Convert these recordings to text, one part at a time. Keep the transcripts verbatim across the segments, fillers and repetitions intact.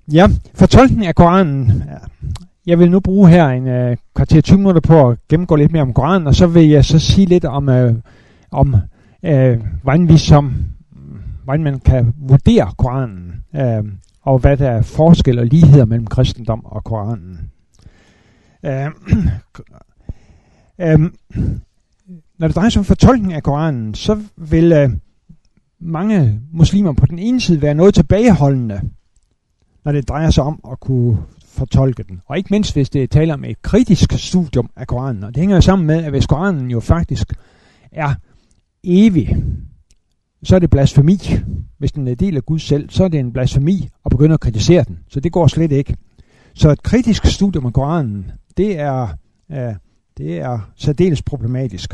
Ja, fortolkningen af Koranen. Jeg vil nu bruge her en øh, kvarter tyve minutter på at gennemgå lidt mere om Koranen, og så vil jeg så sige lidt om, øh, om øh, hvordan vi som, hvordan man kan vurdere Koranen, øh, og hvad der er forskel og ligheder mellem kristendom og Koranen. Øh, øh, når det drejer sig om fortolkning af Koranen, så vil øh, mange muslimer på den ene side være noget tilbageholdende, når det drejer sig om at kunne fortolke den. Og ikke mindst, hvis det taler om et kritisk studium af Koranen. Og det hænger jo sammen med, at hvis Koranen jo faktisk er evig, så er det blasfemi. Hvis den er del af Gud selv, så er det en blasfemi at begynde at kritisere den. Så det går slet ikke. Så et kritisk studium af Koranen, det er, øh, det er særdeles problematisk.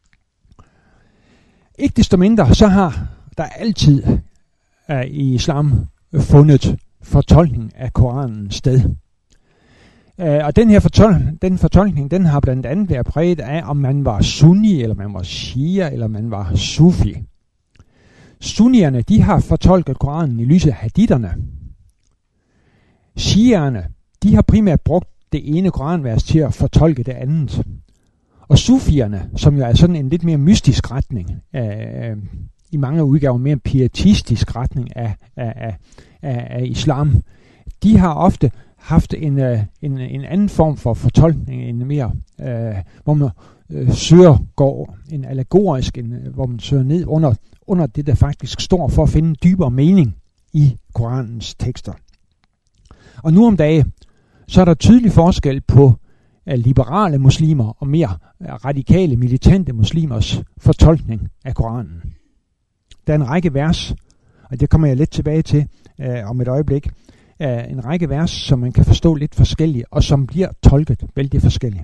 Ikke desto mindre, så har der altid øh, i islam fundet fortolkning af Koranen sted. Øh, og den her fortol- den fortolkning, den har blandt andet været præget af, om man var sunni, eller man var shia, eller man var sufi. Sunnierne, de har fortolket Koranen i lyset af haditherne. Shiaerne, de har primært brugt det ene koranvers til at fortolke det andet. Og sufierne, som jo er sådan en lidt mere mystisk retning, øh, i mange udgaver mere pietistisk retning af, af, af, af, af islam, de har ofte haft en, en, en anden form for fortolkning, en mere, øh, hvor man øh, søger, går en allegorisk, en, hvor man søger ned under, under det, der faktisk står, for at finde en dybere mening i Koranens tekster. Og nu om dagen, så er der tydelig forskel på uh, liberale muslimer og mere uh, radikale, militante muslimers fortolkning af Koranen. Der er en række vers, og det kommer jeg lidt tilbage til uh, om et øjeblik, uh, en række vers, som man kan forstå lidt forskellige, og som bliver tolket vældig forskelligt.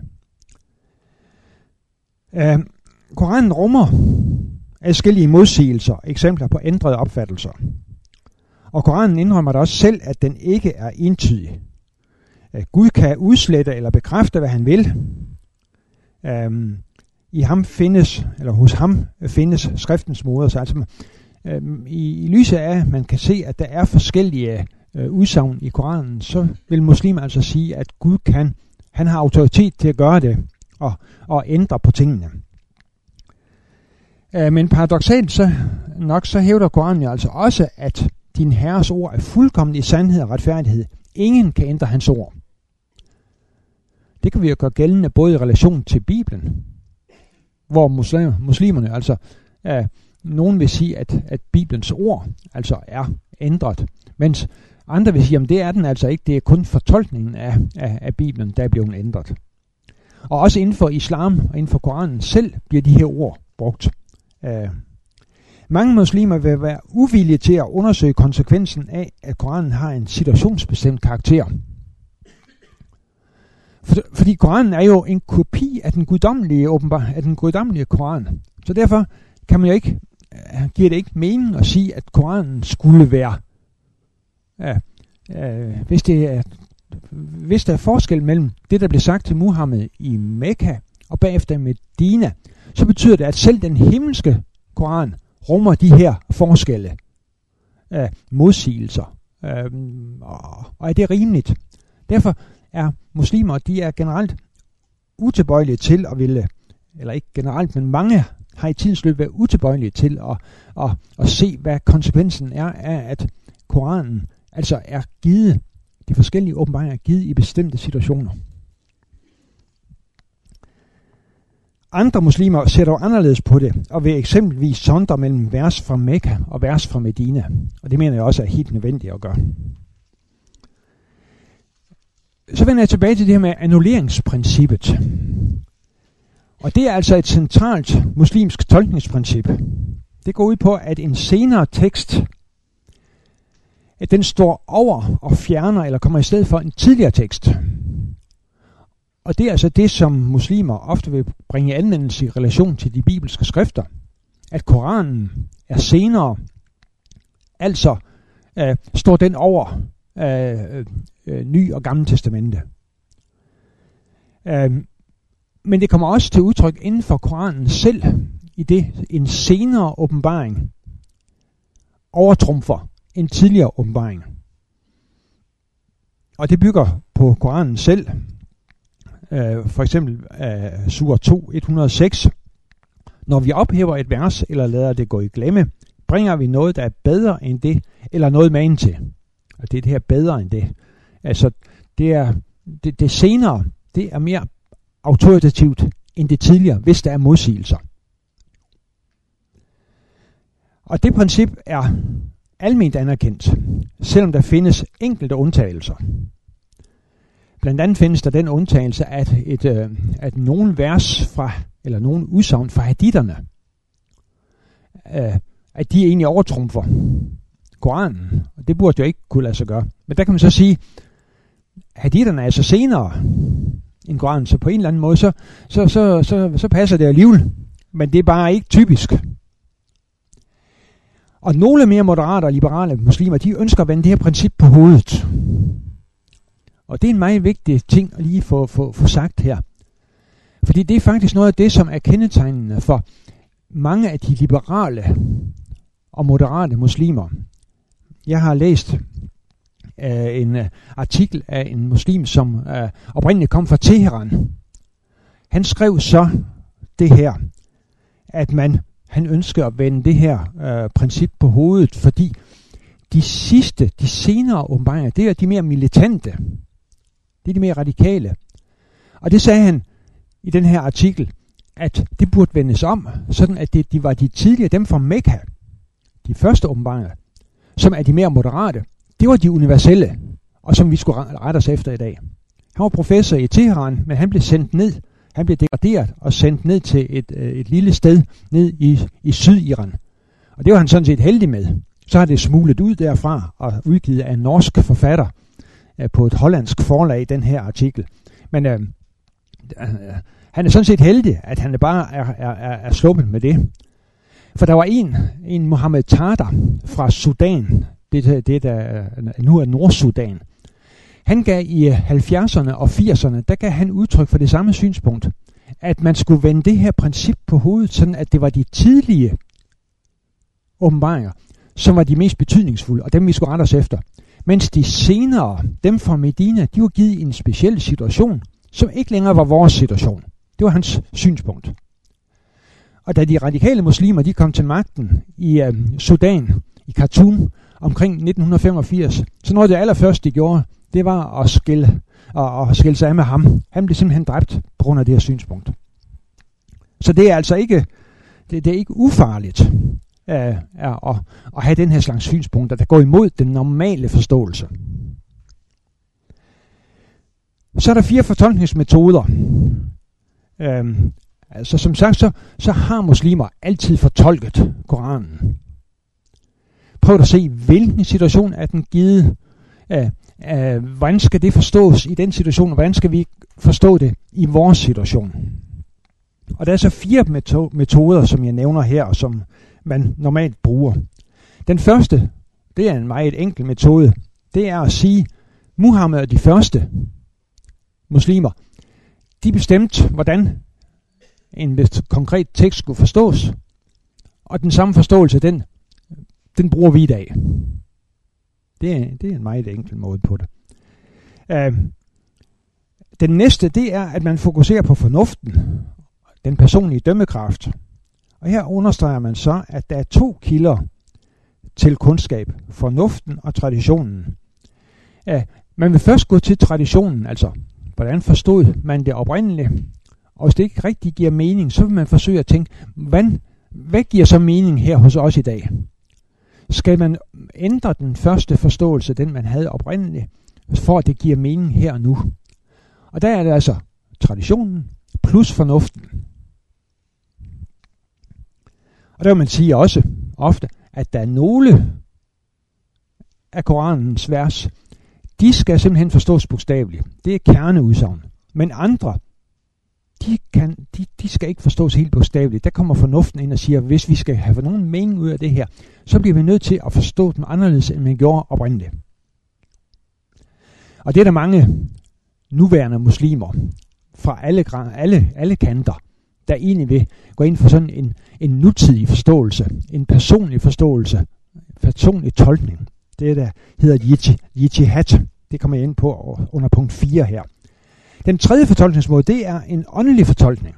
Uh, Koranen rummer adskillige modsigelser, eksempler på ændrede opfattelser. Og Koranen indrømmer da også selv, at den ikke er entydig. Uh, Gud kan udslette eller bekræfte, hvad han vil. Uh, I ham findes, eller hos ham findes skriftens moder. Så altså, uh, i, i lyset af, at man kan se, at der er forskellige uh, udsagn i Koranen, så vil muslimer altså sige, at Gud kan, han har autoritet til at gøre det og, og ændre på tingene. Uh, men paradoksalt så nok så hævder Koranen jo altså også, at din herres ord er fuldkommen i sandhed og retfærdighed. Ingen kan ændre hans ord. Det kan vi jo gøre gældende både i relation til Bibelen, hvor muslimer, muslimerne altså, uh, nogen vil sige, at, at Bibelens ord altså er ændret, mens andre vil sige, at det er den altså ikke, det er kun fortolkningen af, af, af Bibelen, der er blevet ændret. Og også inden for islam og inden for Koranen selv bliver de her ord brugt. Uh, mange muslimer vil være uvillige til at undersøge konsekvensen af, at Koranen har en situationsbestemt karakter. For, fordi Koranen er jo en kopi af den guddommelige åbenbar, af den guddommelige Koran. Så derfor kan man jo ikke, uh, giver det ikke mening at sige, at Koranen skulle være, uh, uh, hvis, det er, hvis der er forskel mellem det, der blev sagt til Muhammed i Mekka og bagefter i Medina, så betyder det, at selv den himmelske Koran rummer de her forskelle, uh, modsigelser. Uh, og, og er det rimeligt? Derfor er muslimer, de er generelt utilbøjelige til at ville, eller ikke generelt, men mange har i tidens løb været utilbøjelige til at, at, at se, hvad konsekvensen er af, at Koranen altså er givet, de forskellige åbenbaringer er givet i bestemte situationer. Andre muslimer ser dog anderledes på det, og vil eksempelvis sondre mellem vers fra Mekka og vers fra Medina. Og det mener jeg også er helt nødvendigt at gøre. Så vender jeg tilbage til det her med annulleringsprincippet. Og det er altså et centralt muslimsk tolkningsprincip. Det går ud på, at en senere tekst, at den står over og fjerner, eller kommer i stedet for en tidligere tekst. Og det er altså det, som muslimer ofte vil bringe i anvendelse i relation til de bibelske skrifter. At Koranen er senere, altså øh, står den over øh, øh, Ny og Gamle Testamente. Øh, men det kommer også til udtryk inden for Koranen selv, i det en senere åbenbaring overtrumfer en tidligere åbenbaring. og det bygger på Koranen selv. Øh, for eksempel øh, sura to, et hundrede og seks. Når vi ophæver et vers, eller lader det gå i glemme, bringer vi noget, der er bedre end det, eller noget magen til. Og det er det her bedre end det. Altså, det er det, det senere, det er mere autoritativt end det tidligere, hvis der er modsigelser. Og det princip er alment anerkendt, selvom der findes enkelte undtagelser. Blandt andet findes der den undtagelse, at, et, øh, at nogle vers fra, eller nogle udsagn fra haditterne, øh, at de egentlig overtrumfer Koranen. Og det burde jo ikke kunne lade sig gøre. Men der kan man så sige, haditterne er altså senere end Koranen, så på en eller anden måde, så, så, så, så, så passer det alligevel. Men det er bare ikke typisk. Og nogle mere moderate og liberale muslimer, de ønsker at vende det her princip på hovedet. Og det er en meget vigtig ting at lige få, få, få sagt her. Fordi det er faktisk noget af det, som er kendetegnende for mange af de liberale og moderate muslimer. Jeg har læst øh, en øh, artikel af en muslim, som øh, oprindeligt kom fra Teheran. Han skrev så det her, at man han ønsker at vende det her øh, princip på hovedet, fordi de sidste, de senere åbenbaringer, det er de mere militante. Det er de mere radikale. Og det sagde han i den her artikel, at det burde vendes om, sådan at det, de var de tidligere, dem fra Mekka, de første åbenbaringer, som er de mere moderate, det var de universelle, og som vi skulle rette os efter i dag. Han var professor i Teheran, men han blev sendt ned, han blev degraderet og sendt ned til et, et lille sted ned i, i Sydiran. Og det var han sådan set heldig med. Så har det smuglet ud derfra og udgivet af en norsk forfatter øh, på et hollandsk forlag, den her artikel. Men øh, øh, han er sådan set heldig, at han bare er, er, er, er sluppet med det. For der var en, en Mohammed Tardar fra Sudan, det, det der nu er Nordsudan. Han gav i halvfjerdserne og firserne, der gav han udtryk for det samme synspunkt, at man skulle vende det her princip på hovedet, sådan at det var de tidlige åbenbaringer, som var de mest betydningsfulde, og dem vi skulle rette os efter. Mens de senere, dem fra Medina, de var givet i en speciel situation, som ikke længere var vores situation. Det var hans synspunkt. Og da de radikale muslimer, de kom til magten i øh, Sudan, i Khartoum, omkring nitten femogfirs, så noget af det allerførste, de gjorde, det var at skille, at, at skille sig af med ham. Han blev simpelthen dræbt på grund af det her synspunkt. Så det er altså ikke, det, det er ikke ufarligt øh, at, at, at have den her slags synspunkter, der går imod den normale forståelse. Så er der fire fortolkningsmetoder. Øhm, altså som sagt, så, så har muslimer altid fortolket Koranen. Prøv at se, hvilken situation er den givet. Øh, øh, hvordan skal det forstås i den situation, og hvordan skal vi forstå det i vores situation? Og der er så fire meto- metoder, som jeg nævner her, og som man normalt bruger. Den første, det er en meget enkel metode. Det er at sige, Muhammed og de første muslimer, de bestemte, hvordan en konkret tekst skulle forstås, og den samme forståelse, den, den bruger vi i dag. Det er, det er en meget enkel måde på det. Uh, den næste, det er, at man fokuserer på fornuften, den personlige dømmekraft. Og her understreger man så, at der er to kilder til kundskab, fornuften og traditionen. Uh, man vil først gå til traditionen, altså hvordan forstod man det oprindeligt, og hvis det ikke rigtig giver mening, så vil man forsøge at tænke, hvad, hvad giver så mening her hos os i dag? Skal man ændre den første forståelse, den man havde oprindeligt, for at det giver mening her og nu? Og der er det altså traditionen plus fornuften. Og der vil man sige også ofte, at der er nogle af Koranens vers, de skal simpelthen forstås bogstaveligt. Det er kerneudsagn. Men andre, de, kan, de, de skal ikke forstås helt bogstaveligt. Der kommer fornuften ind og siger, at hvis vi skal have nogen mening ud af det her, så bliver vi nødt til at forstå dem anderledes, end man gjorde oprindeligt. Og det er der mange nuværende muslimer fra alle, alle, alle kanter, der egentlig vil gå ind for sådan en, en nutidig forståelse, en personlig forståelse, personlig tolkning. Det der hedder jihad. Det kommer jeg ind på under punkt fire her. Den tredje fortolkningsmåde, det er en åndelig fortolkning,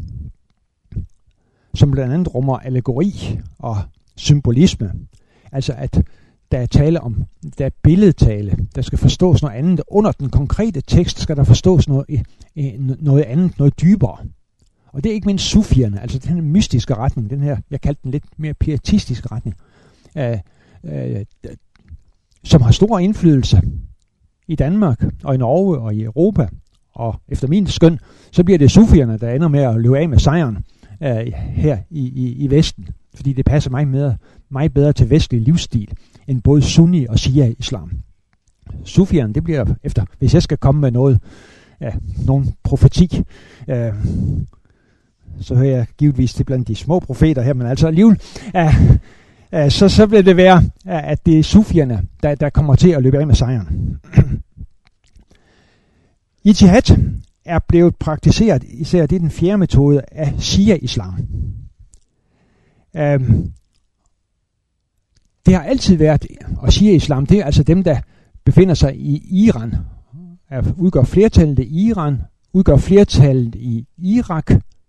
som blandt andet rummer allegori og symbolisme. Altså at der er tale om, der er billedtale, der skal forstås noget andet. Under den konkrete tekst skal der forstås noget, noget andet, noget dybere. Og det er ikke mindst sufierne, altså den her mystiske retning, den her, jeg kaldte den lidt mere pietistiske retning, øh, øh, som har stor indflydelse i Danmark og i Norge og i Europa. Og efter min skøn, så bliver det sufierne, der ender med at løbe af med sejren øh, her i, i, i Vesten. Fordi det passer mig, med, mig bedre til vestlig livsstil, end både sunni og shia-islam. Sufierne, det bliver efter, hvis jeg skal komme med noget, ja, nogen profeti, øh, så hører jeg givetvis til blandt de små profeter her, men altså alligevel, øh, øh, så, så vil det være, at det er sufierne, der, der kommer til at løbe af med sejren. Ijtihad er blevet praktiseret, især det er den fjerde metode af shia-islam. Øhm, det har altid været, og shia-islam, det er altså dem, der befinder sig i Iran, udgør flertallet i Iran, udgør flertallet i Irak,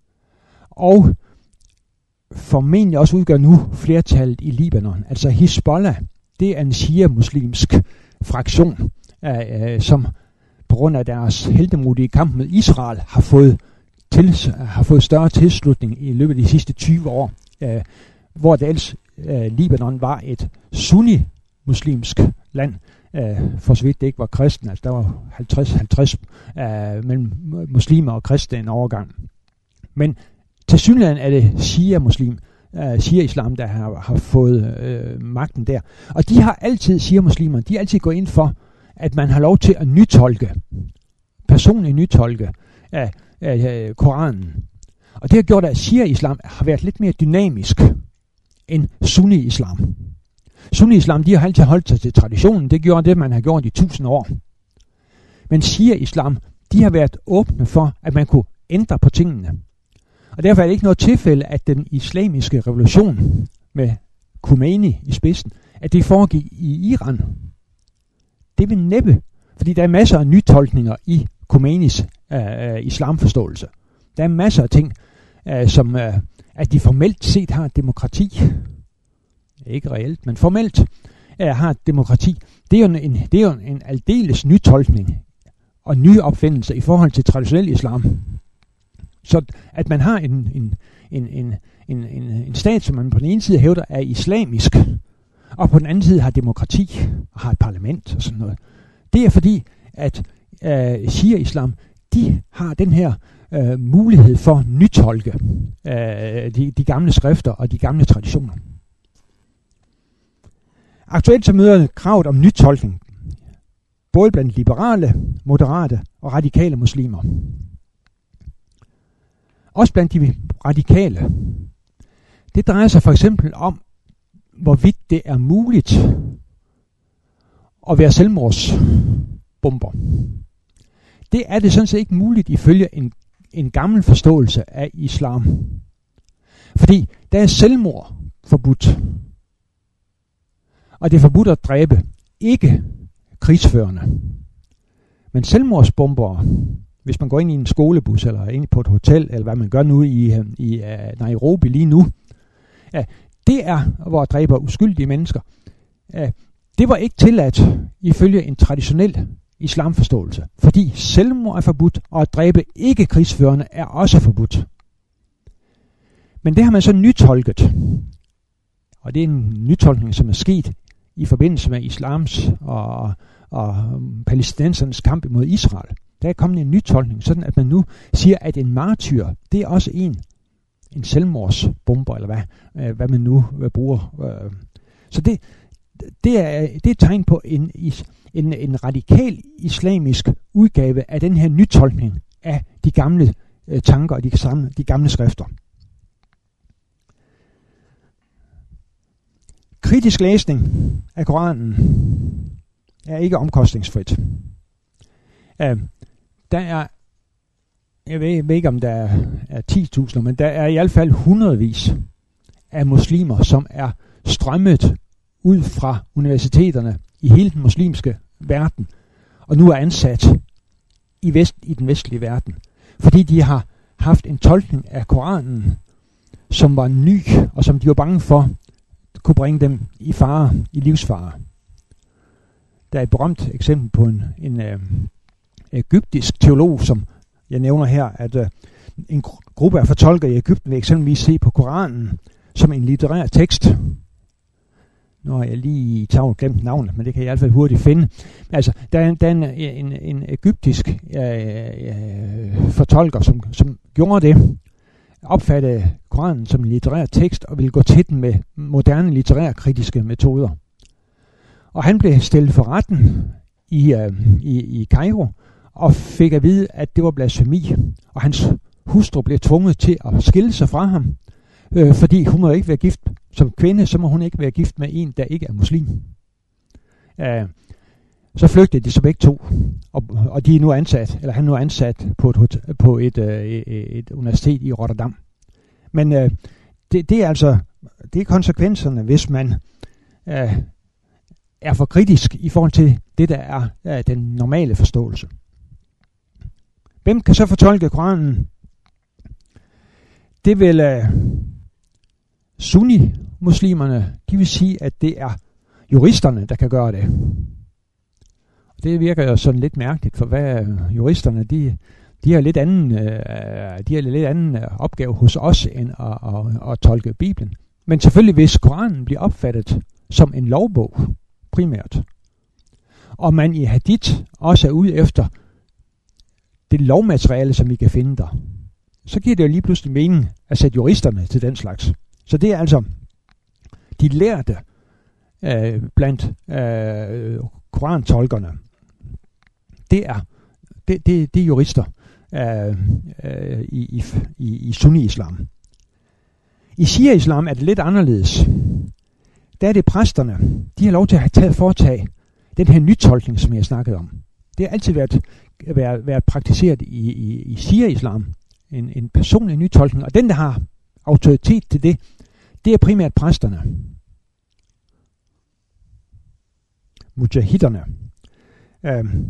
og formentlig også udgør nu flertallet i Libanon. Altså Hizbollah, det er en shia-muslimsk fraktion, øh, som på grund af deres heltemodige kamp med Israel har fået, til, har fået større tilslutning i løbet af de sidste tyve år, øh, hvor det ellers øh, Libanon var et sunni-muslimsk land, øh, for så vidt det ikke var kristen, altså der var halvtreds halvtreds øh, mellem muslimer og kristne en overgang. Men til synligheden er det shia-muslim, øh, shia-islam, der har, har fået øh, magten der. Og de har altid, shia-muslimer, de har altid gået ind for, at man har lov til at nytolke, personligt nytolke af, af Koranen. Og det har gjort, at shia-islam har været lidt mere dynamisk end sunni-islam. Sunni-islam, de har altid holdt sig til traditionen. Det gjorde det, man har gjort i tusind år. Men shia-islam, de har været åbne for, at man kunne ændre på tingene. Og derfor er det ikke noget tilfælde, at den islamiske revolution med Khomeini i spidsen, at det foregik i Iran. Det vil næppe, fordi der er masser af nytolkninger i Khomeinis øh, islamforståelse. Der er masser af ting, øh, som øh, at de formelt set har et demokrati. Ikke reelt, men formelt øh, har et demokrati. Det er jo en, det er jo en aldeles nytolkning og ny opfindelse i forhold til traditionel islam. Så at man har en, en, en, en, en, en, en stat, som man på den ene side hævder er islamisk, og på den anden side har demokrati og har et parlament og sådan noget. Det er fordi, at øh, shia-islam, de har den her øh, mulighed for at nytolke øh, de, de gamle skrifter og de gamle traditioner. Aktuelt så møder kravet om nytolkning, både blandt liberale, moderate og radikale muslimer. Også blandt de radikale. Det drejer sig for eksempel om, hvorvidt det er muligt at være selvmordsbomber. Det er det sådan set ikke muligt ifølge en, en gammel forståelse af islam. Fordi der er selvmord forbudt. Og det er forbudt at dræbe, ikke krigsførende. Men selvmordsbombere, hvis man går ind i en skolebus eller ind på et hotel, eller hvad man gør nu i, i uh, Nairobi lige nu, uh, det er, hvor at dræber uskyldige mennesker. Uh, det var ikke tilladt ifølge en traditionel islamforståelse, fordi selvmord er forbudt, og at dræbe ikke krigsførende er også forbudt. Men det har man så nytolket, og det er en nytolkning, som er sket i forbindelse med islams og, og palæstinensernes kamp imod Israel. Der er kommet en nytolkning, sådan at man nu siger, at en martyr, det er også en, en selvmordsbomber, eller hvad, hvad man nu bruger. Så det, det, er, det er et tegn på en, en, en radikal islamisk udgave af den her nytolkning af de gamle tanker og de, de gamle skrifter. Kritisk læsning af Koranen er ikke omkostningsfrit. Uh, der er, jeg ved, jeg ved ikke om der er, er ti tusind, men der er i hvert fald hundredvis af muslimer, som er strømmet ud fra universiteterne i hele den muslimske verden og nu er ansat i, vest, i den vestlige verden. Fordi de har haft en tolkning af Koranen, som var ny, og som de var bange for, kunne bringe dem i fare, i livsfare. Der er et berømt eksempel på en, en øh, egyptisk teolog, som jeg nævner her, at øh, en gru- gruppe af fortolkere i Egypten vil eksempelvis se på Koranen som en litterær tekst. Nu har jeg lige i tavlen glemt navnet, men det kan jeg i hvert fald hurtigt finde. Altså, der er, der er en, en, en egyptisk øh, øh, fortolker, som, som gjorde det, opfattede Koranen som en litterær tekst og ville gå til den med moderne litterære kritiske metoder. Og han blev stillet for retten i, øh, i, i Kairo og fik at vide, at det var blasfemi. Og hans hustru blev tvunget til at skille sig fra ham, øh, fordi hun må ikke være gift som kvinde, så må hun ikke være gift med en, der ikke er muslim. Øh, så flygtede de så begge to, og, og de er nu ansat, eller han er nu ansat på et, på et, øh, et universitet i Rotterdam. Men øh, det, det er altså det er konsekvenserne, hvis man øh, er for kritisk i forhold til det, der er øh, den normale forståelse. Hvem kan så fortolke Koranen? Det vil øh, sunni-muslimerne, de vil sige, at det er juristerne, der kan gøre det. Det virker jo sådan lidt mærkeligt, for hvad juristerne, de, de har lidt anden, øh, de har lidt anden opgave hos os, end at, at, at tolke Bibelen. Men selvfølgelig, hvis Koranen bliver opfattet som en lovbog, primært, og man i hadith også er ude efter det lovmateriale, som vi kan finde der, så giver det jo lige pludselig mening at sætte juristerne til den slags. Så det er altså de lærte øh, blandt øh, korantolkerne. Det er, det, det, det er jurister øh, øh, i, i, i sunni-islam. I shia-islam er det lidt anderledes. Der er det præsterne. De har lov til at have taget foretag den her nytolkning, som jeg snakkede om. Det har altid været, været, været praktiseret i, i, i shia-islam. En, en personlig nytolkning. Og den, der har autoritet til det, det er primært præsterne. Mujahiderne. Øhm.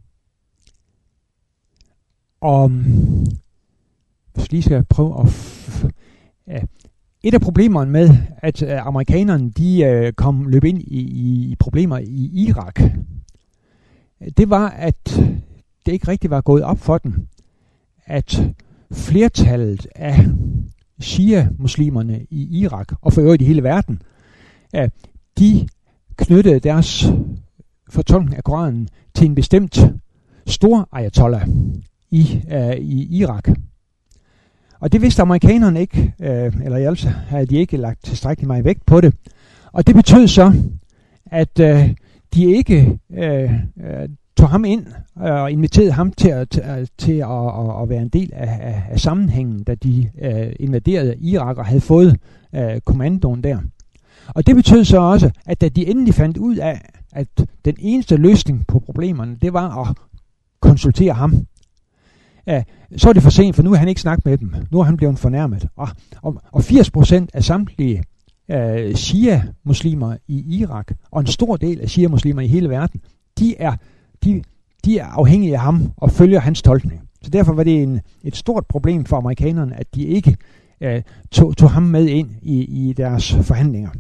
Og hvis lige skal jeg prøve at... F- f- et af problemerne med, at uh, amerikanerne de uh, kom løb ind i, i, i problemer i Irak, det var, at det ikke rigtig var gået op for dem, at flertallet af shia-muslimerne i Irak, og for øvrigt i hele verden, uh, de knyttede deres fortolkning af Koranen til en bestemt stor ayatollah i, uh, i Irak. Og det vidste amerikanerne ikke, øh, eller altså havde de ikke lagt tilstrækkeligt meget vægt på det. Og det betød så, at øh, de ikke øh, øh, tog ham ind og inviterede ham til at, til, til at, at, at være en del af, af, af sammenhængen, da de øh, invaderede Irak og havde fået øh, kommandoen der. Og det betød så også, at da de endelig fandt ud af, at den eneste løsning på problemerne, det var at konsultere ham, ja, så er det for sent, for nu har han ikke snakket med dem. Nu er han blevet fornærmet. Og, og, og firs procent af samtlige øh, shia-muslimer i Irak, og en stor del af shia-muslimer i hele verden, de er, de, de er afhængige af ham og følger hans tolkning. Så derfor var det en, et stort problem for amerikanerne, at de ikke øh, tog, tog ham med ind i, i deres forhandlinger.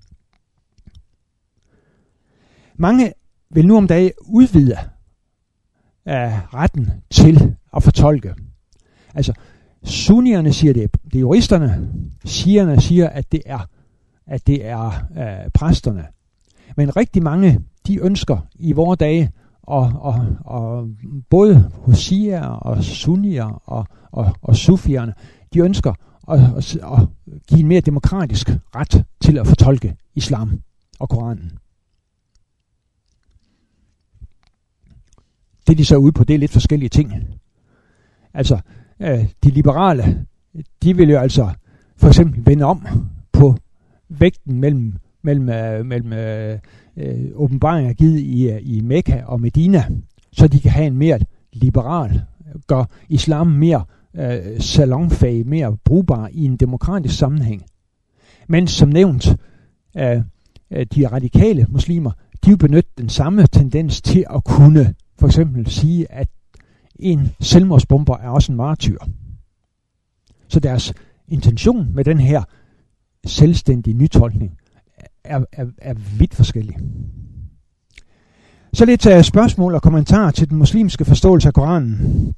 Mange vil nu om dagen udvide af retten til at fortolke. Altså, sunnierne siger det, det er juristerne, shierne siger, at det er, at det er øh, præsterne. Men rigtig mange, de ønsker i vore dage, og, og, og både hos shier og sunnier og, og, og sufierne, de ønsker at, at, at give en mere demokratisk ret til at fortolke islam og Koranen. Det de så er ude på, det er lidt forskellige ting. Altså, øh, de liberale, de vil jo altså for eksempel vende om på vægten mellem, mellem, øh, mellem øh, øh, åbenbaringer givet i, i Mekka og Medina, så de kan have en mere liberal, gør islam mere øh, salonfag, mere brugbar i en demokratisk sammenhæng. Men som nævnt, øh, de radikale muslimer, de vil benytte den samme tendens til at kunne for eksempel sige, at en selvmordsbomber er også en martyr. Så deres intention med den her selvstændige nytolkning er, er, er vidt forskellig. Så lidt uh, spørgsmål og kommentarer til den muslimske forståelse af Koranen.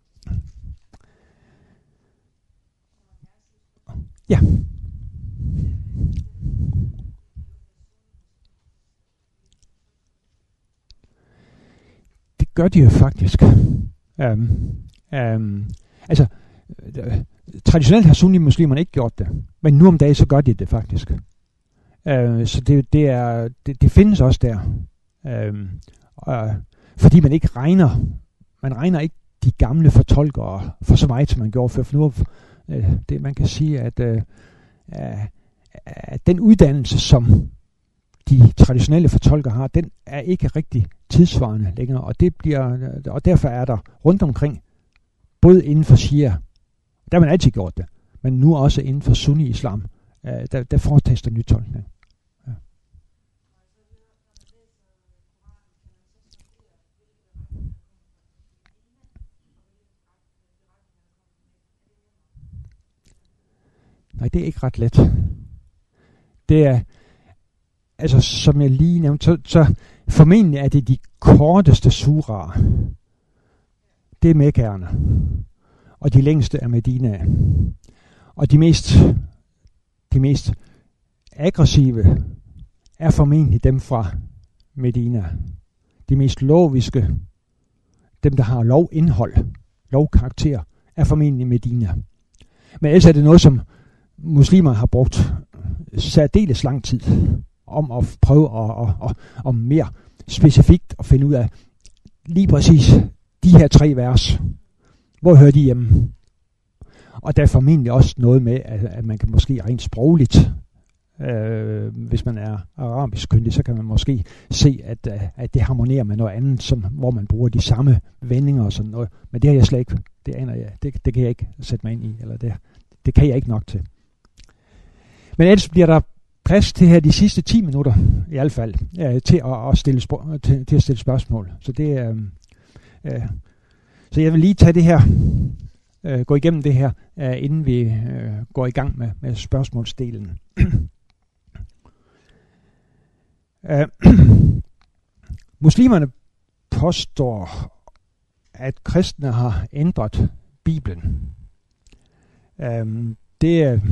Ja. Det gør de jo faktisk. Um, um, altså, uh, traditionelt har sunni-muslimerne ikke gjort det, men nu om dagen så gør de det faktisk. Uh, så det, det, er, det, det findes også der. Uh, uh, fordi man ikke regner, man regner ikke de gamle fortolkere for så meget, som man gjorde før. For nu, uh, det, man kan sige, at, uh, uh, at den uddannelse, som de traditionelle fortolkere har, den er ikke rigtig tidsvarende længere, og det bliver, og derfor er der rundt omkring, både inden for Shia, der har man altid gjort det, men nu også inden for sunni-islam, der, der foretages der nytolkning. Ja. Nej, det er ikke ret let. Det er, altså som jeg lige nævnte, så, så formentlig er det de korteste suraer. Det er Mekkaerne. Og de længste er Medina. Og de mest, de mest aggressive er formentlig dem fra Medina. De mest loviske, dem der har lovindhold, lovkarakter, er formentlig Medina. Men ellers er det noget, som muslimer har brugt særdeles lang tid om at prøve at, at, at, at mere specifikt at finde ud af lige præcis de her tre vers. Hvor hører de hjemme? Og der er formentlig også noget med, at, at man kan måske rent sprogligt, øh, hvis man er arabisk kyndig, så kan man måske se, at, at det harmonerer med noget andet, som, hvor man bruger de samme vendinger og sådan noget. Men det har jeg slet ikke, det aner jeg, det, det kan jeg ikke sætte mig ind i, eller det, det kan jeg ikke nok til. Men ellers bliver der plads til her de sidste ti minutter, i hvert fald, øh, til, at, at stille spor- til, til at stille spørgsmål. Så det er... Øh, øh, så jeg vil lige tage det her, øh, gå igennem det her, øh, inden vi øh, går i gang med, med spørgsmålsdelen. øh, muslimerne påstår, at kristne har ændret Bibelen. Øh, det er...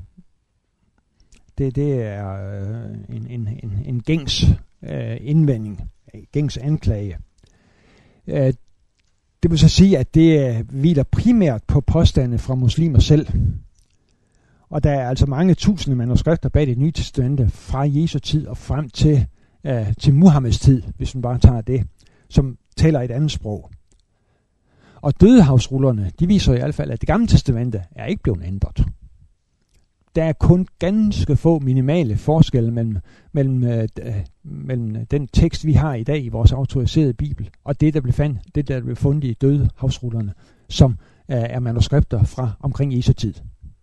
Det, det er øh, en, en, en, en gængs øh, indvending, gængs anklage. Øh, det vil så sige, at det øh, hviler primært på påstande fra muslimer selv. Og der er altså mange tusinde manuskripter bag Det Nye Testamente fra Jesu tid og frem til, øh, til Muhammeds tid, hvis man bare tager det, som taler et andet sprog. Og dødehavsrullerne, de viser i hvert fald, at Det Gamle Testamente er ikke blevet ændret. Der er kun ganske få minimale forskelle mellem, mellem, øh, mellem den tekst, vi har i dag i vores autoriserede bibel, og det, der blev, fand, det, der blev fundet i dødehavsrullerne, som øh, er manuskripter fra omkring Jesu tid.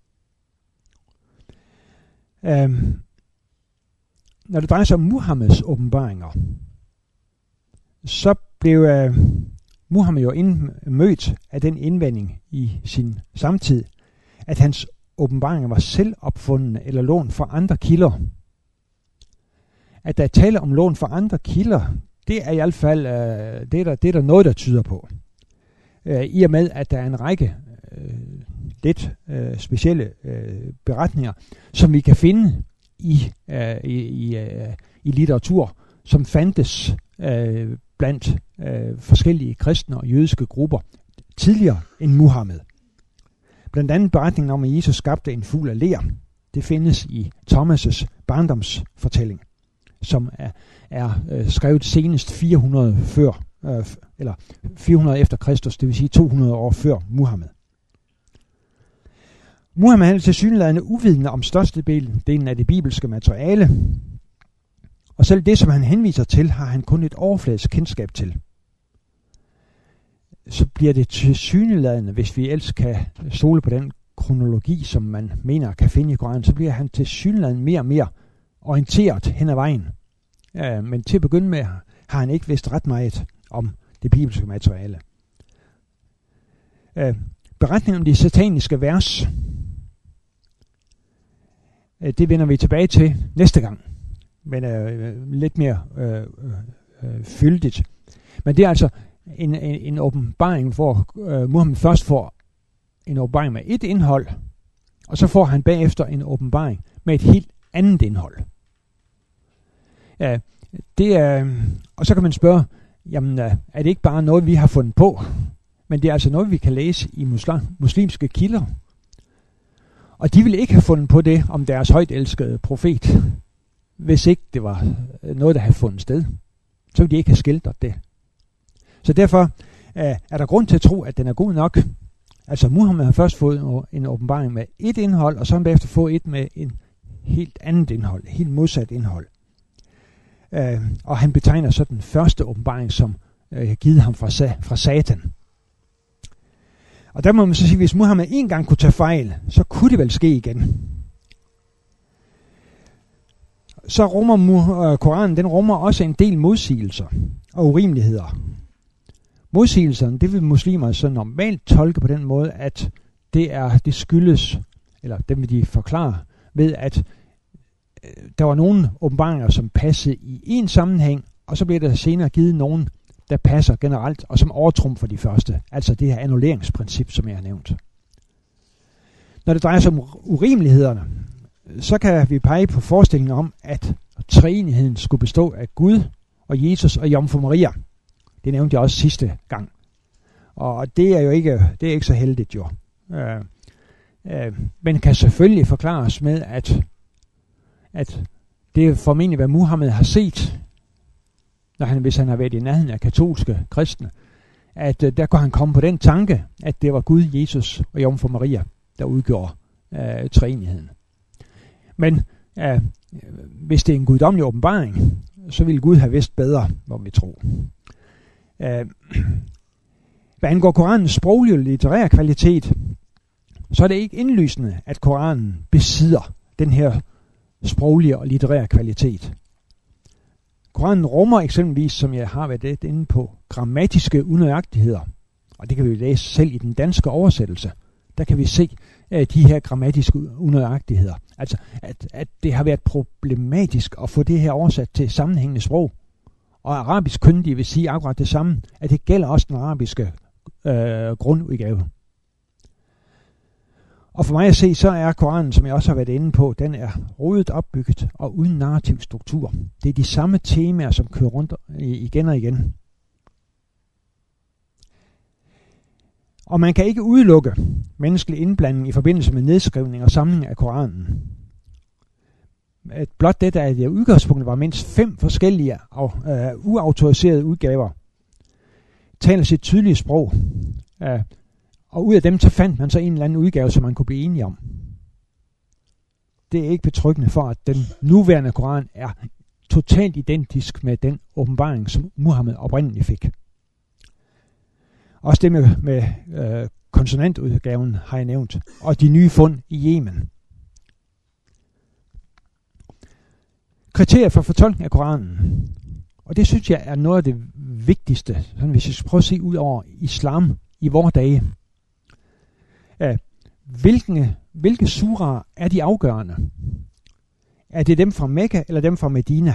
Øhm, når det drejer sig om Muhammeds åbenbaringer, så blev øh, Muhammed jo mødt af den indvending i sin samtid, at hans åbenbaringer var selvopfundne eller lån fra andre kilder. At der er tale om lån fra andre kilder, det er i hvert fald øh, det, er der, det er der noget, der tyder på. Øh, I og med, at der er en række øh, lidt øh, specielle øh, beretninger, som vi kan finde i, øh, i, i, øh, i litteratur, som fandtes øh, blandt øh, forskellige kristne og jødiske grupper tidligere end Muhammed. Blandt andet beretningen om, at Jesus skabte en fugl af ler. Det findes i Thomas' barndomsfortælling, som er, er øh, skrevet senest fire hundrede før, øh, eller fire hundrede efter Kristus, det vil sige to hundrede år før Muhammed. Muhammed er tilsyneladende uvidende om størstedelen af det bibelske materiale, og selv det, som han henviser til, har han kun et overfladisk kendskab til. Så bliver det tilsyneladende, hvis vi ellers kan stole på den kronologi, som man mener kan finde i Koranen, så bliver han tilsyneladende mere og mere orienteret hen ad vejen. Ja, men til at begynde med har han ikke vidst ret meget om det bibelske materiale. Øh, beretningen om de sataniske vers, øh, det vender vi tilbage til næste gang, men øh, lidt mere øh, øh, fyldigt. Men det er altså en, en, en åbenbaring, hvor øh, Muhammed først får en åbenbaring med et indhold, og så får han bagefter en åbenbaring med et helt andet indhold. Ja, det er, og så kan man spørge, jamen er det ikke bare noget, vi har fundet på? Men det er altså noget, vi kan læse i muslim, muslimske kilder. Og de ville ikke have fundet på det om deres højt elskede profet, hvis ikke det var noget, der havde fundet sted. Så ville de ikke have skildret det. Så derfor øh, er der grund til at tro, at den er god nok. Altså Muhammed har først fået en åbenbaring med et indhold, og så har han bagefter fået et med en helt andet indhold, helt modsat indhold. Øh, og han betegner så den første åbenbaring som øh, givet ham fra, sa- fra Satan. Og der må man så sige, at hvis Muhammed en gang kunne tage fejl, så kunne det vel ske igen. Så rummer Koranen, den rummer også en del modsigelser og urimeligheder. Modsigelserne, det vil muslimer så normalt tolke på den måde, at det er det skyldes, eller dem vil de forklare, ved at øh, der var nogle åbenbaringer, som passede i en sammenhæng, og så bliver der senere givet nogen, der passer generelt, og som overtrumfer de første. Altså det her annulleringsprincip, som jeg har nævnt. Når det drejer sig om urimelighederne, så kan vi pege på forestillingen om, at treenigheden skulle bestå af Gud og Jesus og Jomfru Maria. Det nævnte jeg også sidste gang. Og det er jo ikke, det er ikke så heldigt jo. Øh, øh, men kan selvfølgelig forklares med, at, at det er formentlig, hvad Muhammed har set, når han, hvis han har været i nærheden af katolske kristne, at øh, der kunne han komme på den tanke, at det var Gud, Jesus og Jomfru Maria, der udgjorde øh, treenigheden. Men øh, hvis det er en guddommelig åbenbaring, så ville Gud have vidst bedre, hvor vi tror. Øh, hvad angår Koranens sproglige og litterære kvalitet, så er det ikke indlysende, at Koranen besidder den her sproglige og litterære kvalitet. Koranen rummer eksempelvis, som jeg har været lidt inde på, grammatiske unøjagtigheder. Og det kan vi læse selv i den danske oversættelse. Der kan vi se uh, de her grammatiske unøjagtigheder. Altså, at, at det har været problematisk at få det her oversat til sammenhængende sprog. Og arabisk kyndige vil sige akkurat det samme, at det gælder også den arabiske øh, grundudgave. Og for mig at se, så er Koranen, som jeg også har været inde på, den er rodet opbygget og uden narrativ struktur. Det er de samme temaer, som kører rundt igen og igen. Og man kan ikke udelukke menneskelig indblanding i forbindelse med nedskrivning og samling af Koranen. At blot det, der i udgangspunktet var mindst fem forskellige og, øh, uautoriserede udgaver, taler sit tydelige sprog. Øh, og ud af dem, så fandt man så en eller anden udgave, som man kunne blive enige om. Det er ikke betryggende for, at den nuværende Koran er totalt identisk med den åbenbaring, som Muhammed oprindeligt fik. Også det med, med øh, konsonantudgaven har jeg nævnt, og de nye fund i Yemen. Kriterier for fortolkning af Koranen. Og det synes jeg er noget af det vigtigste, sådan hvis jeg skal prøve at se ud over islam i vore dage. Uh, hvilke, hvilke suraer er de afgørende? Er det dem fra Mekka eller dem fra Medina?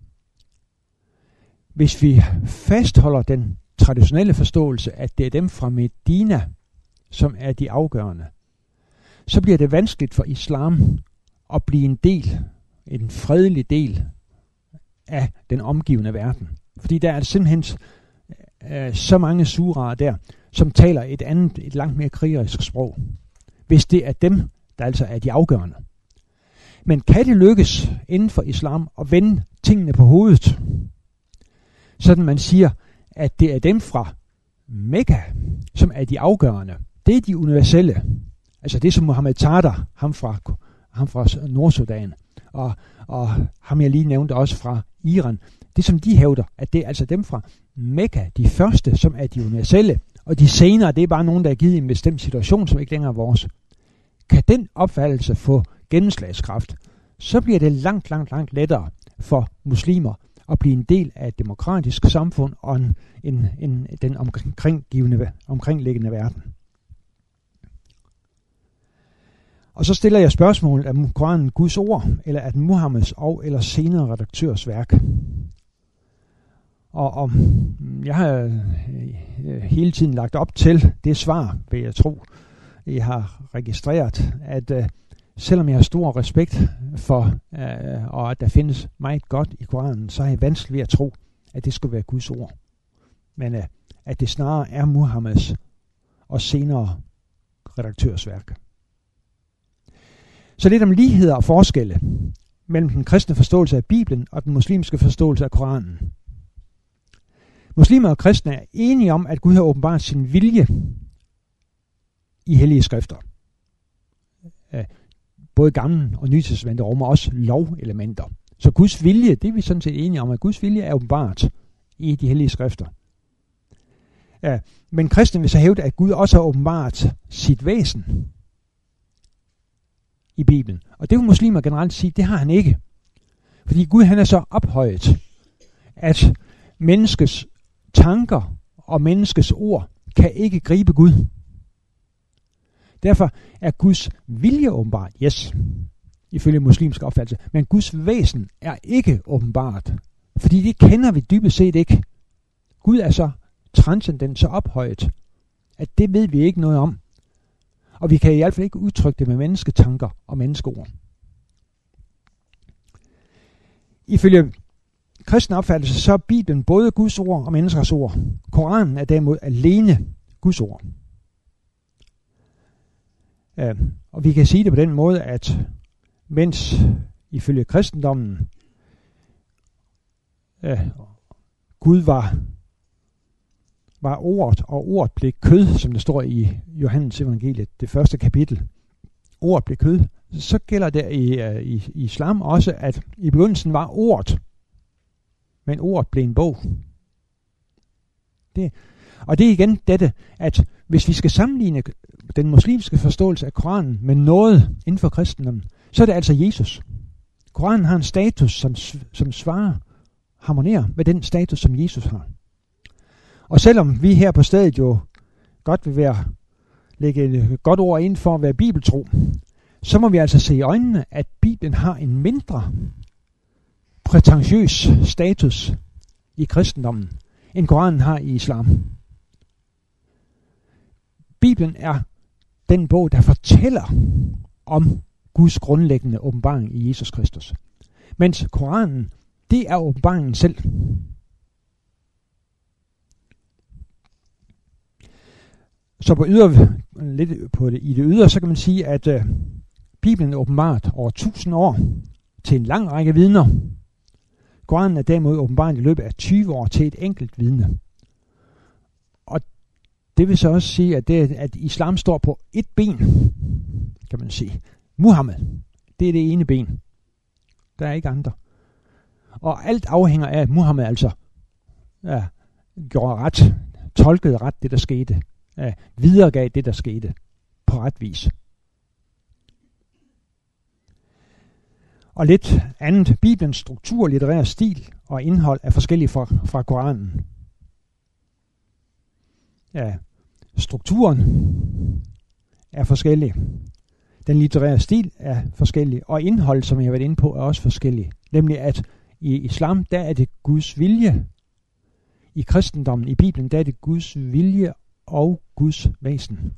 Hvis vi fastholder den traditionelle forståelse, at det er dem fra Medina, som er de afgørende, så bliver det vanskeligt for islam at blive en del, en fredelig del af den omgivende verden. Fordi der er simpelthen øh, så mange suraer der, som taler et andet, et langt mere krigerisk sprog. Hvis det er dem, der altså er de afgørende. Men kan det lykkes inden for islam at vende tingene på hovedet, sådan man siger, at det er dem fra Mekka, som er de afgørende. Det er de universelle. Altså det som Mohammed Tata, ham fra, ham fra Nordsudan, og, og ham jeg lige nævnte også fra Iran, det som de hævder, at det er altså dem fra Mekka, de første, som er de universelle, og de senere, det er bare nogen, der er givet i en bestemt situation, som ikke længere er vores. Kan den opfattelse få gennemslagskraft, så bliver det langt, langt, langt lettere for muslimer at blive en del af et demokratisk samfund og en, en, en, den omkringgivende, omkringliggende verden. Og så stiller jeg spørgsmålet, er Koranen Guds ord, eller er den Muhammeds og eller senere redaktørs værk? Og, og jeg har hele tiden lagt op til det svar, vil jeg tro. Jeg har registreret, at uh, selvom jeg har stor respekt for, uh, og at der findes meget godt i Koranen, så er jeg vanskelig ved at tro, at det skulle være Guds ord. Men uh, at det snarere er Muhammeds og senere redaktørs værk. Så lidt om ligheder og forskelle mellem den kristne forståelse af Bibelen og den muslimske forståelse af Koranen. Muslimer og kristne er enige om, at Gud har åbenbart sin vilje i hellige skrifter. Både Gamle og Nye Testamente rummer også lovelementer. Så Guds vilje, det er vi sådan set enige om, at Guds vilje er åbenbart i de hellige skrifter. Men kristne vil så hævde, at Gud også har åbenbart sit væsen i Bibelen. Og det vil muslimer generelt sige, det har han ikke. Fordi Gud han er så ophøjet, at menneskets tanker og menneskets ord kan ikke gribe Gud. Derfor er Guds vilje åbenbart, yes, ifølge muslimsk opfattelse, men Guds væsen er ikke åbenbart, fordi det kender vi dybest set ikke. Gud er så transcendent, så ophøjet, at det ved vi ikke noget om. Og vi kan i hvert fald ikke udtrykke det med mennesketanker og menneskeord. Ifølge kristen opfattelse, så er Bibelen både Guds ord og menneskers ord. Koranen er derimod alene Guds ord. Ja, og vi kan sige det på den måde, at mens ifølge kristendommen ja, Gud var, var ordet, og ordet blev kød, som der står i Johannes evangeliet, det første kapitel. Ordet blev kød. Så gælder det i, i, i islam også, at i begyndelsen var ordet, men ordet blev en bog. Det, og det er igen dette, at hvis vi skal sammenligne den muslimske forståelse af Koranen med noget inden for kristendommen, så er det altså Jesus. Koranen har en status, som, som svarer, harmonerer med den status, som Jesus har. Og selvom vi her på stedet jo godt vil være, lægge et godt ord ind for at være bibeltro, så må vi altså se i øjnene, at Bibelen har en mindre prætentiøs status i kristendommen, end Koranen har i islam. Bibelen er den bog, der fortæller om Guds grundlæggende åbenbaring i Jesus Kristus. Mens Koranen, det er åbenbaringen selv. Så på yder, lidt på det, i det ydre, så kan man sige, at øh, Bibelen er åbenbart over tusind år til en lang række vidner. Koranen er derimod åbenbart i løbet af tyve år til et enkelt vidne. Og det vil så også sige, at, det, at islam står på et ben, kan man sige. Muhammed, det er det ene ben. Der er ikke andre. Og alt afhænger af, at Muhammed altså ja, gjorde ret, tolkede ret det, der skete. Ja, videregav det, der skete på ret vis. Og lidt andet, Bibelens struktur, litterær stil og indhold er forskellige fra, fra Koranen. Ja, strukturen er forskellig. Den litterære stil er forskellig, og indholdet, som jeg har været inde på, er også forskellig. Nemlig at i islam, der er det Guds vilje. I kristendommen, i Bibelen, der er det Guds vilje og Guds væsen.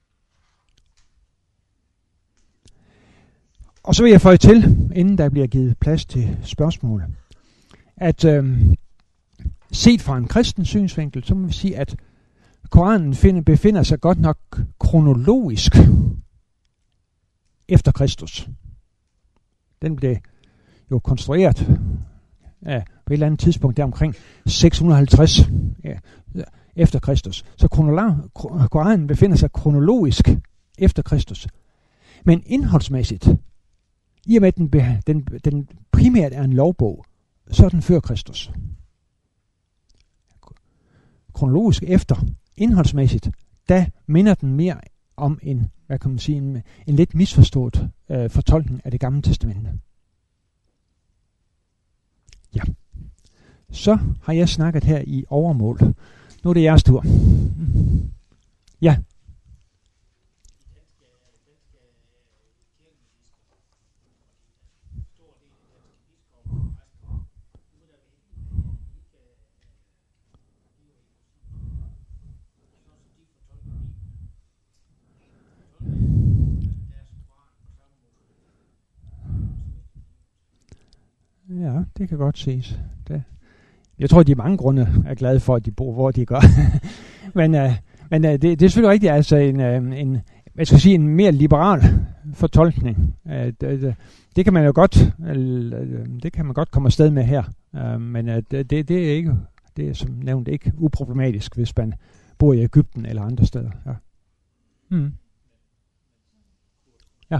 Og så vil jeg føje til, inden der bliver givet plads til spørgsmål, at øh, set fra en kristen synsvinkel, så må vi sige, at Koranen finder, befinder sig godt nok kronologisk efter Kristus. Den blev jo konstrueret ja, på et eller andet tidspunkt der omkring seks hundrede og halvtreds ja, efter Kristus. Så Koranen befinder sig kronologisk efter Kristus. Men indholdsmæssigt, i og med at den, den, den primært er en lovbog, så er den før Kristus. Kronologisk efter, indholdsmæssigt, der minder den mere om en, hvad kan man sige, en, en lidt misforstået øh, fortolkning af det gamle testamente. Ja. Så har jeg snakket her i overmål. Nu er det jeres tur. Ja. Ja, det kan godt ses. Det. Jeg tror, de mange grunde er glade for, at de bor, hvor de gør. men uh, men uh, det, det er selvfølgelig rigtigt, altså en, uh, en, jeg skal sige, en mere liberal fortolkning. Uh, det, det kan man jo godt, uh, det kan man godt komme afsted med her. Uh, men uh, det, det er ikke, det er som nævnt ikke uproblematisk, hvis man bor i Egypten eller andre steder. Ja. Mm. Ja.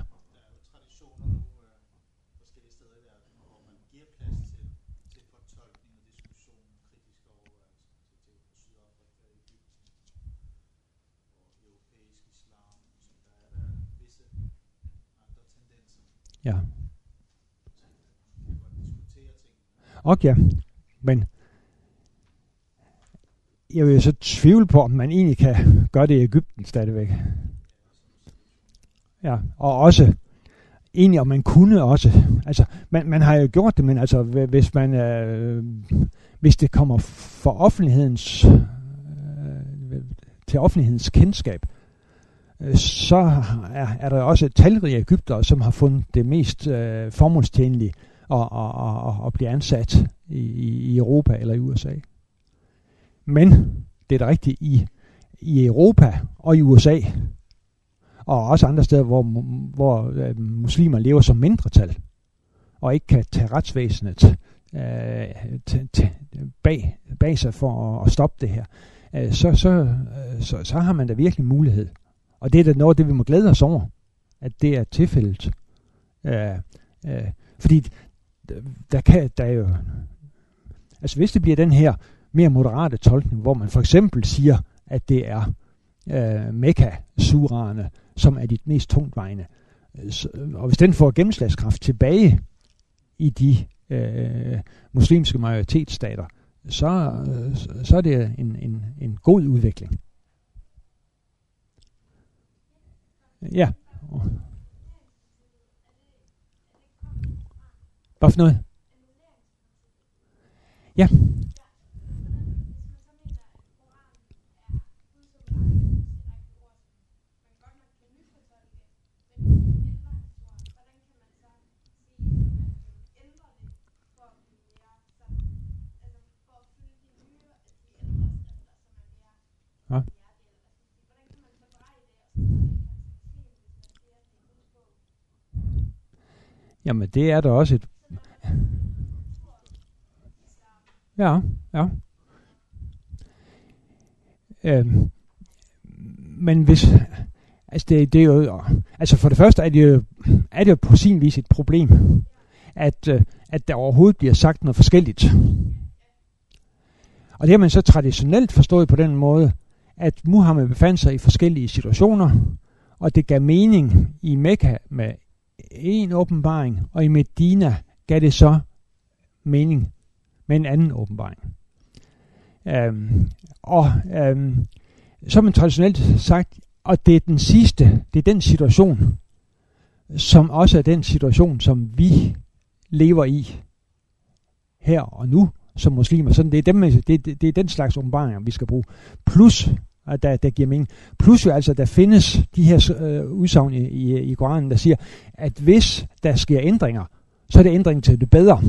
Ja. Okay, ja. Men jeg vil så tvivle på, om man egentlig kan gøre det i Egypten stadigvæk. Ja, og også egentlig, om man kunne også. Altså, man, man har jo gjort det, men altså, hvis man, øh, hvis det kommer for offentlighedens, øh, til offentlighedens kendskab, øh, så er, er der også talrige egyptere, som har fundet det mest øh, formålstjenlige at, at, at, at blive ansat i, i Europa eller i U S A. Men det er da rigtigt, i, i Europa og i U S A, og også andre steder, hvor, hvor øh, muslimer lever som mindretal, og ikke kan tage retsvæsenet øh, t- t- bag, bag sig for at, at stoppe det her, øh, så, så, øh, så, så har man da virkelig mulighed. Og det er da noget, det vi må glæde os over, at det er tilfældet. Øh, øh, fordi der kan der jo, altså hvis det bliver den her mere moderate tolkning, hvor man for eksempel siger, at det er øh, Mekka-suraerne, som er de mest tungtvejende. Og hvis den får gennemslagskraft tilbage i de øh, muslimske majoritetsstater, så, øh, så er det en, en, en god udvikling. Ja. Hvad for noget? Ja. Ja. Jamen det er der også et. Ja, ja. Øhm, men hvis, altså det, det er jo, altså for det første er det jo, er det jo på sin vis et problem, at, at der overhovedet bliver sagt noget forskelligt. Og det har man så traditionelt forstået på den måde, at Muhammed befandt sig i forskellige situationer, og det gav mening i Mekka med en åbenbaring, og i Medina gav det så mening med en anden åbenbaring. Øhm, og øhm, så har man traditionelt sagt, og det er den sidste, det er den situation, som også er den situation, som vi lever i her og nu som muslimer. Sådan det er dem, det, det, det er den slags åbenbaringer, vi skal bruge. Plus, at der, der giver mening. Plus jo altså, der findes de her øh, udsagn i, i, i Koranen, der siger, at hvis der sker ændringer, så er det ændring til det bedre.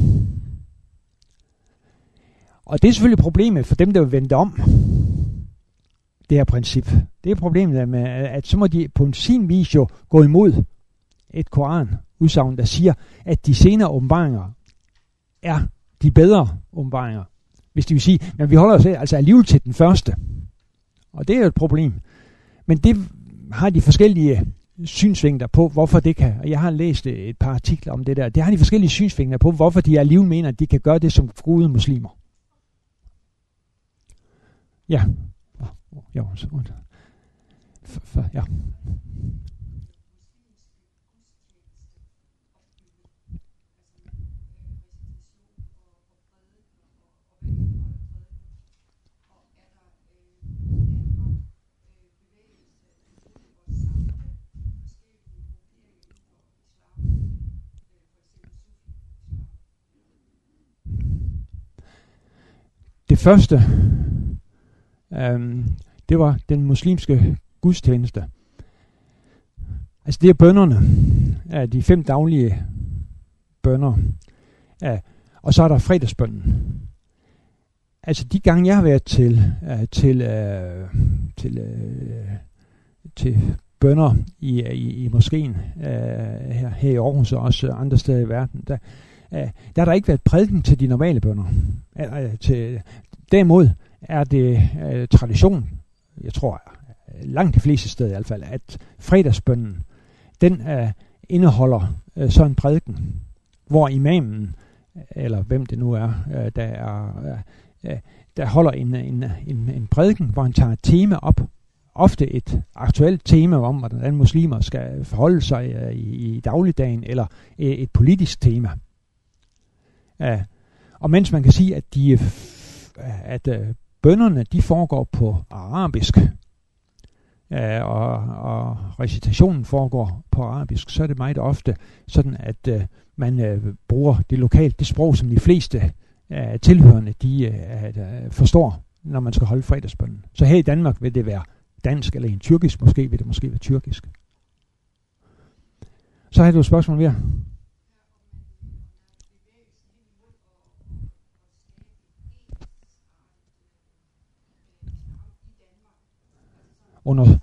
Og det er selvfølgelig problemet for dem, der vil vende om det her princip. Det er problemet med, at så må de på sin vis jo gå imod et Koran-udsagn, der siger, at de senere åbenbaringer er de bedre åbenbaringer. Hvis de vil sige, at vi holder os altså alligevel til den første. Og det er jo et problem. Men det har de forskellige synsvinkler på, hvorfor det kan. Og jeg har læst et par artikler om det der. Det har de forskellige synsvinkler på, hvorfor de alligevel mener, at de kan gøre det som gode muslimer. Ja. Ja, så godt. For, for, ja. det første, øh, det var den muslimske gudstjeneste. Altså det er bønnerne, øh, de fem daglige bønner, øh, og så er der fredagsbønnen. Altså de gange jeg har været til øh, til øh, til øh, til bønner i i, i moskeen øh, her, her i Aarhus og også andre steder i verden, der øh, der har der ikke været prædiken til de normale bønner. Øh, til derimod er det øh, tradition, jeg tror langt de fleste steder i hvert fald, at fredagsbønnen den øh, indeholder øh, så en prædiken, hvor imamen eller hvem det nu er, øh, der er øh, der holder en, en, en, en prædiken, hvor han tager et tema op, ofte et aktuelt tema om, hvordan muslimer skal forholde sig øh, i, i dagligdagen, eller øh, et politisk tema. Øh, og mens man kan sige, at de at øh, bønnerne, de foregår på arabisk, øh, og, og recitationen foregår på arabisk, så er det meget ofte sådan, at øh, man øh, bruger det lokale, det sprog, som de fleste af tilhørende, de øh, forstår, når man skal holde fredagsbønnen. Så her i Danmark vil det være dansk, eller en tyrkisk, måske vil det måske være tyrkisk. Så har du et spørgsmål mere? Under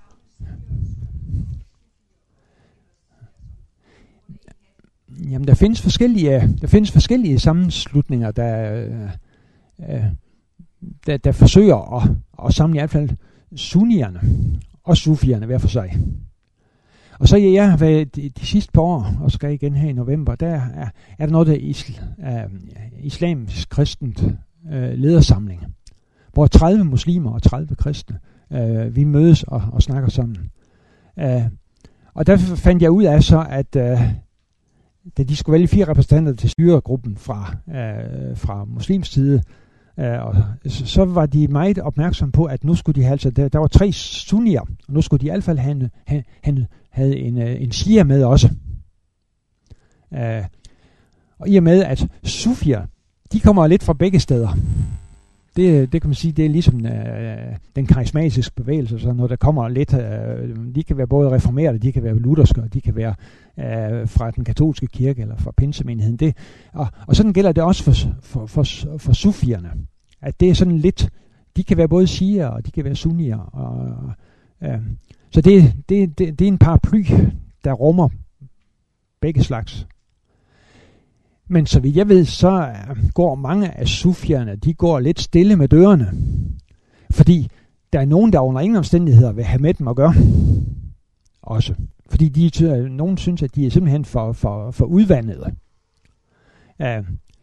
Jamen, der findes forskellige, der findes forskellige sammenslutninger, der, øh, der, der forsøger at, at samle i hvert fald sunnierne og sufierne hver for sig. Og så ja, jeg har været de, de sidste par år, og skal igen her i november, der er, er der noget af isl, øh, islamisk kristent øh, ledersamling, hvor tredive muslimer og tredive kristne, øh, vi mødes og, og snakker sammen. Øh, og der fandt jeg ud af så, at øh, da de skulle vælge fire repræsentanter til styregruppen fra, øh, fra muslims side, øh, og så, så var de meget opmærksomme på, at nu skulle de have, altså der, der var tre sunnier, og nu skulle de i hvert fald have, have, have, have en, en shia med også. Øh, og i og med, at sufier, de kommer lidt fra begge steder. Det, det kan man sige, det er ligesom øh, den karismatiske bevægelse, så når der kommer lidt, øh, de kan være både reformerede, de kan være lutherske, de kan være øh, fra den katolske kirke eller fra pinsemenigheden. Det, og, og sådan gælder det også for, for, for, for sufierne, at det er sådan lidt, de kan være både shier og de kan være sunnier. Og, øh, så det, det, det, det er en paraply, der rummer begge slags. Men så vidt jeg ved, så går mange af sufierne, de går lidt stille med dørene. Fordi der er nogen, der under ingen omstændigheder vil have med dem at gøre. Også. Fordi de, nogen synes, at de er simpelthen for, for, for udvandede. Uh,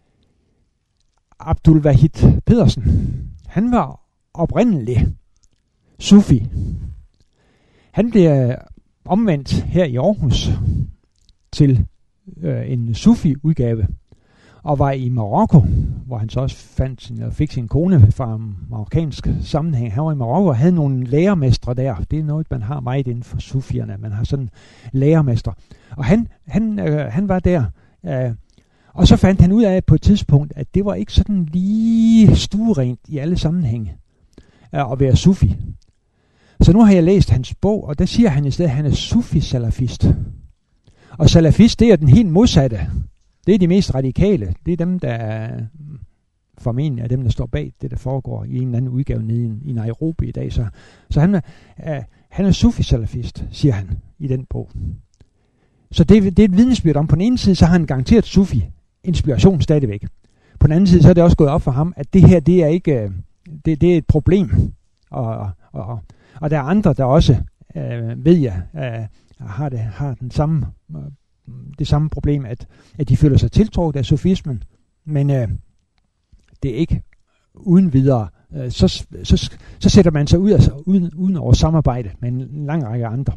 Abdul Wahid Pedersen, han var oprindelig sufi. Han blev omvendt her i Aarhus til en sufi-udgave, og var i Marokko, hvor han så også fandt sin, og fik sin kone fra marokkansk sammenhæng. Han var i Marokko og havde nogle lærermestre der. Det er noget, man har meget inden for sufierne. Man har sådan lærermestre. Og han, han, øh, han var der. Øh, og så fandt han ud af på et tidspunkt, at det var ikke sådan lige stuerent i alle sammenhænge øh, at være sufi. Så nu har jeg læst hans bog, og der siger han i stedet, at han er sufi-salafist. Og salafist, det er den helt modsatte. Det er de mest radikale. Det er dem, der er formentlig er dem, der står bag det, der foregår i en eller anden udgave nede i Nairobi i dag. Så, så han, er, han er sufi-salafist, siger han i den bog. Så det, det er et vidnesbyrd om, på den ene side, så har han garanteret sufi-inspiration stadigvæk. På den anden side, så er det også gået op for ham, at det her, det er ikke, det, det er et problem. Og, og, og der er andre, der også, øh, ved jeg, øh, har, det, har den samme, øh, det samme problem, at, at de føler sig tiltrukket af sufismen, men øh, det er ikke uden videre. Øh, så, så, så sætter man sig ud af, uden, uden over samarbejde med en lang række andre.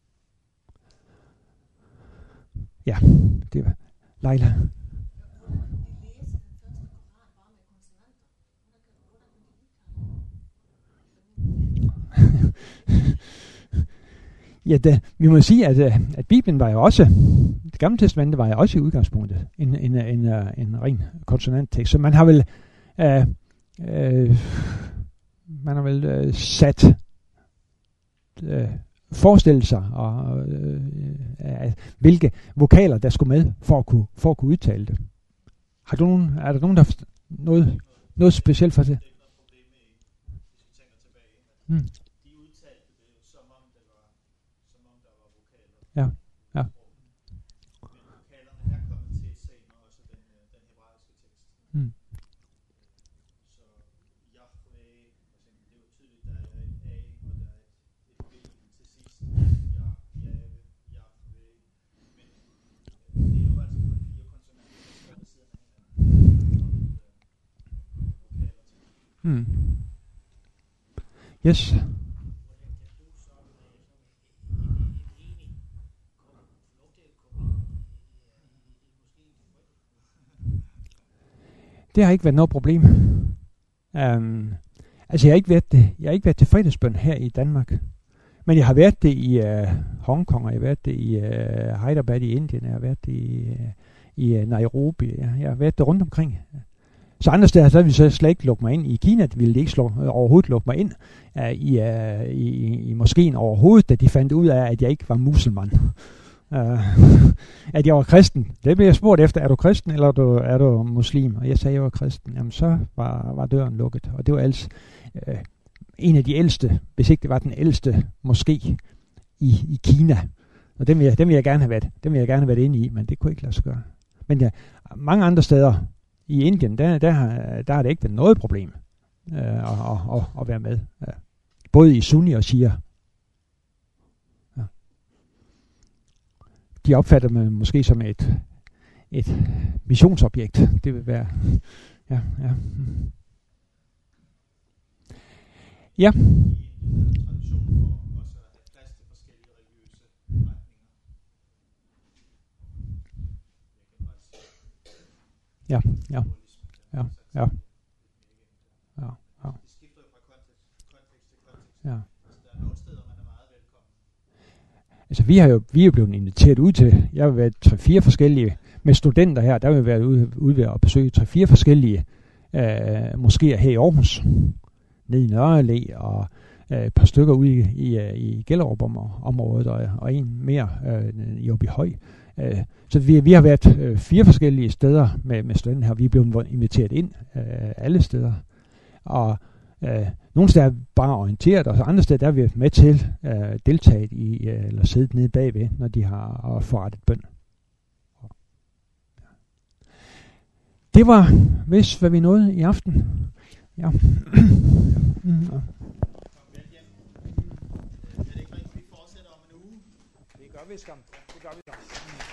Ja, det var Leila. Ja, det, vi må sige, at, at Bibelen var jo også, det gamle testamente var jo også i udgangspunktet en, en, en, en ren konsonanttekst. Så man har vel, øh, øh, man har vel øh, sat øh, forestillet sig, og, øh, øh, hvilke vokaler der skulle med, for at kunne, for at kunne udtale det. Har du nogen, er der nogen, der har noget, noget specielt for det? Hmm. Ja, ja. Hmm. Hmm. Yes. Det har ikke været noget problem. Um, altså jeg har ikke været det. Jeg har ikke været til fredagsbøn her i Danmark, men jeg har været det i uh, Hongkong, og jeg har været det i uh, Hyderabad i Indien, jeg har været det i, uh, i uh, Nairobi, jeg, jeg har været det rundt omkring. Så andre steder, så ville vi så slet ikke lukke mig ind. I Kina ville de ikke slå, øh, overhovedet lukke mig ind uh, i, uh, i, i moskeen overhovedet, da de fandt ud af, at jeg ikke var muselmand. Uh, at jeg var kristen. Det blev jeg spurgt efter, er du kristen, eller er du, er du muslim? Og jeg sagde, at jeg var kristen. Jamen, så var, var døren lukket. Og det var altså uh, en af de ældste, hvis ikke det var den ældste moské i, i Kina. Og den vil, jeg, den vil jeg gerne have været, den vil jeg gerne have været inde i, men det kunne ikke lade sig gøre. Men ja, mange andre steder i Indien, der, der, har, der har det ikke været noget problem uh, at, at, at, at være med. Uh, både i Sunni og Shia. De opfatter mig måske som et, et missionsobjekt. Det vil være... Ja, ja. Ja. Ja, ja. Ja, ja. Ja, ja. Ja. Altså vi har jo vi er jo blevet inviteret ud til, jeg har været tre-fire forskellige, med studenter her, der har vi været ude, ude ved at besøge tre-fire forskellige øh, moskéer her i Aarhus, nede i Nørre Allé, og øh, et par stykker ude i, i, i Gellerup-området, og, og en mere øh, i Åbyhøj. Øh, så vi, vi har været øh, fire forskellige steder med, med studenter her, vi er blevet inviteret ind øh, alle steder, og Øh, nogle steder er bare orienteret, og andre steder der er vi med til øh, deltaget i, øh, eller siddet nede bagved, når de har øh, forrettet bøn. Det var vist, hvad vi nåede i aften. Ja. Det gør vi skam. Det gør vi skam.